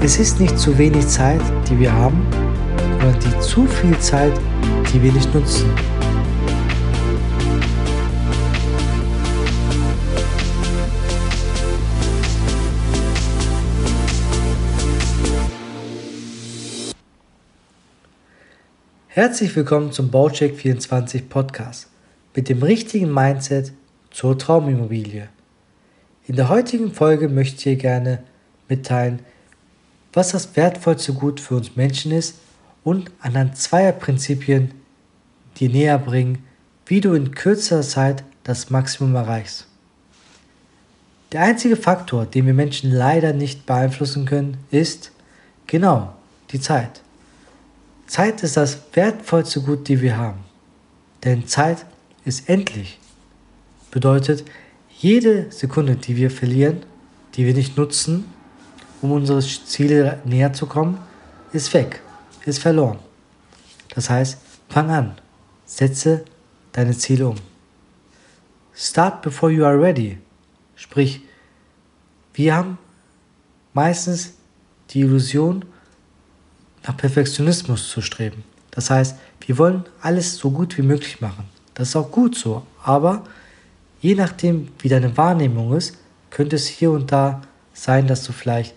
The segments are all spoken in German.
Es ist nicht zu wenig Zeit, die wir haben, sondern die zu viel Zeit, die wir nicht nutzen. Herzlich willkommen zum Baucheck24 Podcast mit dem richtigen Mindset zur Traumimmobilie. In der heutigen Folge möchte ich dir gerne mitteilen, was das wertvollste Gut für uns Menschen ist und anhand zweier Prinzipien dir näher bringen, wie du in kürzer Zeit das Maximum erreichst. Der einzige Faktor, den wir Menschen leider nicht beeinflussen können, ist genau die Zeit. Zeit ist das wertvollste Gut, die wir haben. Denn Zeit ist endlich. Bedeutet, jede Sekunde, die wir verlieren, die wir nicht nutzen, um unsere Ziele näher zu kommen, ist weg, ist verloren. Das heißt, fang an, setze deine Ziele um. Start before you are ready. Sprich, wir haben meistens die Illusion, nach Perfektionismus zu streben. Das heißt, wir wollen alles so gut wie möglich machen. Das ist auch gut so, aber je nachdem, wie deine Wahrnehmung ist, könnte es hier und da sein, dass du vielleicht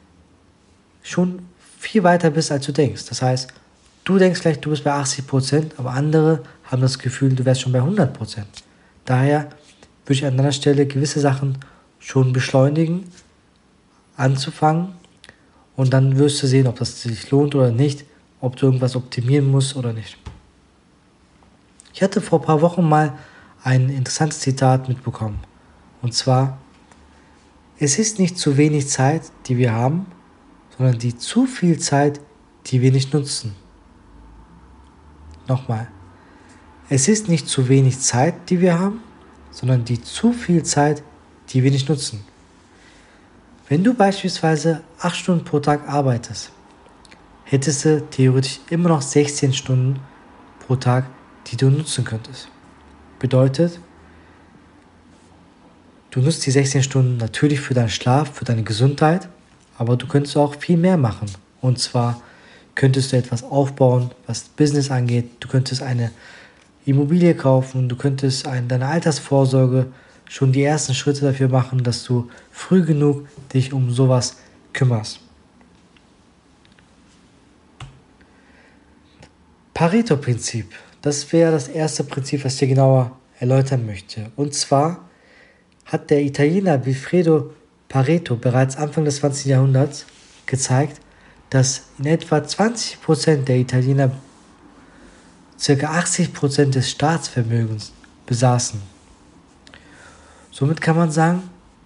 schon viel weiter bist, als du denkst. Das heißt, du denkst vielleicht, du bist bei 80%, aber andere haben das Gefühl, du wärst schon bei 100%. Daher würde ich an deiner Stelle gewisse Sachen schon beschleunigen, anzufangen, und dann wirst du sehen, ob das sich lohnt oder nicht, ob du irgendwas optimieren musst oder nicht. Ich hatte vor ein paar Wochen mal ein interessantes Zitat mitbekommen. Und zwar: Es ist nicht zu wenig Zeit, die wir haben, sondern die zu viel Zeit, die wir nicht nutzen. Nochmal. Es ist nicht zu wenig Zeit, die wir haben, sondern die zu viel Zeit, die wir nicht nutzen. Wenn du beispielsweise 8 Stunden pro Tag arbeitest, hättest du theoretisch immer noch 16 Stunden pro Tag, die du nutzen könntest. Bedeutet, du nutzt die 16 Stunden natürlich für deinen Schlaf, für deine Gesundheit, aber du könntest auch viel mehr machen. Und zwar könntest du etwas aufbauen, was Business angeht. Du könntest eine Immobilie kaufen, du könntest deine Altersvorsorge schon die ersten Schritte dafür machen, dass du früh genug dich um sowas kümmerst. Pareto-Prinzip, das wäre das erste Prinzip, was ich dir genauer erläutern möchte. Und zwar hat der Italiener Vilfredo Pareto bereits Anfang des 20. Jahrhunderts gezeigt, dass in etwa 20% der Italiener ca. 80% des Staatsvermögens besaßen. Somit kann man sagen,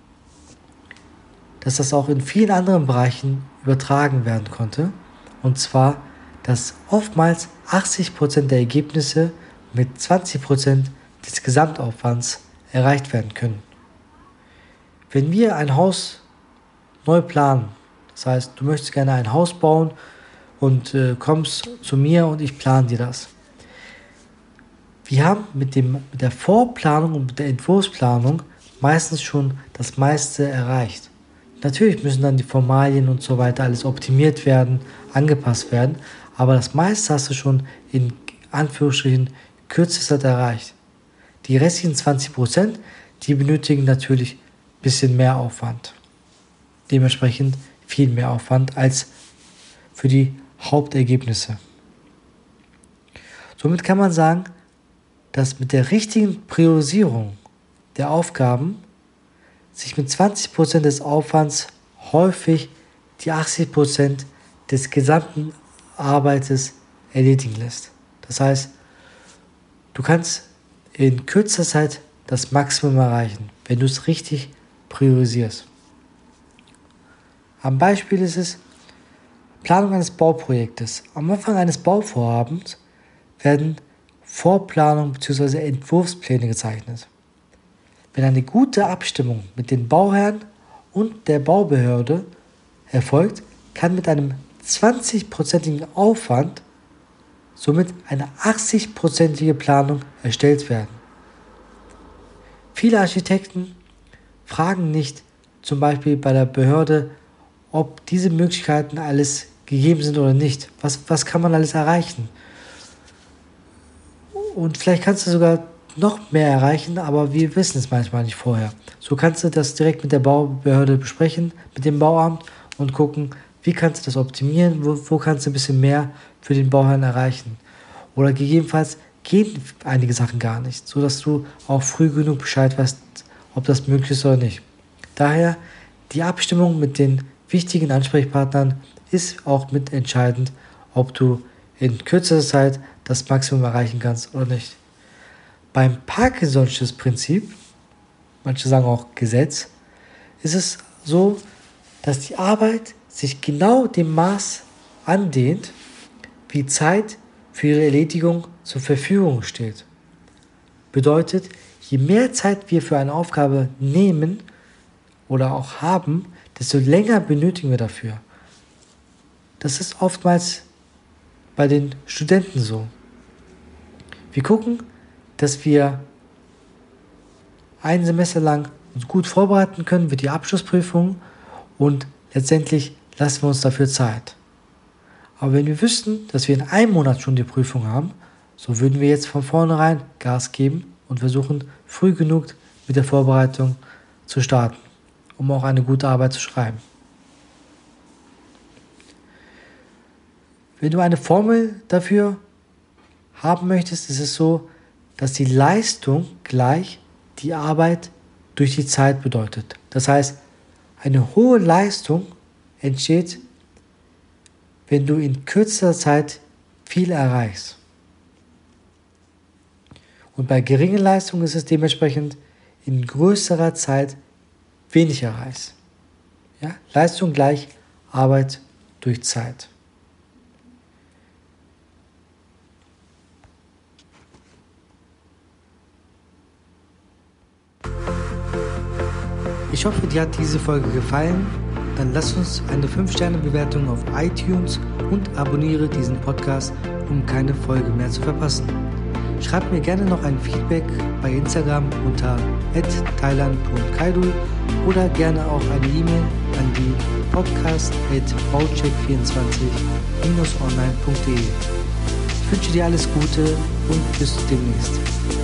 dass das auch in vielen anderen Bereichen übertragen werden konnte. Und zwar, dass oftmals 80% der Ergebnisse mit 20% des Gesamtaufwands erreicht werden können. Wenn wir ein Haus neu planen, das heißt, du möchtest gerne ein Haus bauen und kommst zu mir und ich plane dir das. Wir haben mit der Vorplanung und mit der Entwurfsplanung meistens schon das meiste erreicht. Natürlich müssen dann die Formalien und so weiter alles optimiert werden, angepasst werden, aber das meiste hast du schon in Anführungsstrichen kürzester Zeit erreicht. Die restlichen 20%, die benötigen natürlich ein bisschen mehr Aufwand. Dementsprechend viel mehr Aufwand als für die Hauptergebnisse. Somit kann man sagen, dass mit der richtigen Priorisierung der Aufgaben sich mit 20% des Aufwands häufig die 80% des gesamten Arbeites erledigen lässt. Das heißt, du kannst in kürzester Zeit das Maximum erreichen, wenn du es richtig priorisierst. Am Beispiel ist es Planung eines Bauprojektes. Am Anfang eines Bauvorhabens werden Vorplanung bzw. Entwurfspläne gezeichnet. Wenn eine gute Abstimmung mit den Bauherren und der Baubehörde erfolgt, kann mit einem 20%igen Aufwand somit eine 80%ige Planung erstellt werden. Viele Architekten fragen nicht zum Beispiel bei der Behörde, ob diese Möglichkeiten alles gegeben sind oder nicht. Was kann man alles erreichen? Und vielleicht kannst du sogar noch mehr erreichen, aber wir wissen es manchmal nicht vorher. So kannst du das direkt mit der Baubehörde besprechen, mit dem Bauamt und gucken, wie kannst du das optimieren, wo kannst du ein bisschen mehr für den Bauherrn erreichen. Oder gegebenenfalls gehen einige Sachen gar nicht, sodass du auch früh genug Bescheid weißt, ob das möglich ist oder nicht. Daher die Abstimmung mit den wichtigen Ansprechpartnern ist auch mit entscheidend, ob du in kürzester Zeit das Maximum erreichen kannst oder nicht. Beim Parkinson'sches Prinzip, manche sagen auch Gesetz, ist es so, dass die Arbeit sich genau dem Maß andehnt, wie Zeit für ihre Erledigung zur Verfügung steht. Bedeutet, je mehr Zeit wir für eine Aufgabe nehmen oder auch haben, desto länger benötigen wir dafür. Das ist oftmals bei den Studenten so. Wir gucken, dass wir ein Semester lang uns gut vorbereiten können für die Abschlussprüfung und letztendlich lassen wir uns dafür Zeit. Aber wenn wir wüssten, dass wir in einem Monat schon die Prüfung haben, so würden wir jetzt von vornherein Gas geben und versuchen, früh genug mit der Vorbereitung zu starten, um auch eine gute Arbeit zu schreiben. Wenn du eine Formel dafür haben möchtest, ist es so, dass die Leistung gleich die Arbeit durch die Zeit bedeutet. Das heißt, eine hohe Leistung entsteht, wenn du in kürzester Zeit viel erreichst. Und bei geringen Leistungen ist es dementsprechend in größerer Zeit wenig erreichst. Ja? Leistung gleich Arbeit durch Zeit. Ich hoffe, dir hat diese Folge gefallen. Dann lass uns eine 5-Sterne-Bewertung auf iTunes und abonniere diesen Podcast, um keine Folge mehr zu verpassen. Schreib mir gerne noch ein Feedback bei Instagram unter @thailand.kaidul oder gerne auch eine E-Mail an die podcast@baucheck24-online.de. Ich wünsche dir alles Gute und bis demnächst.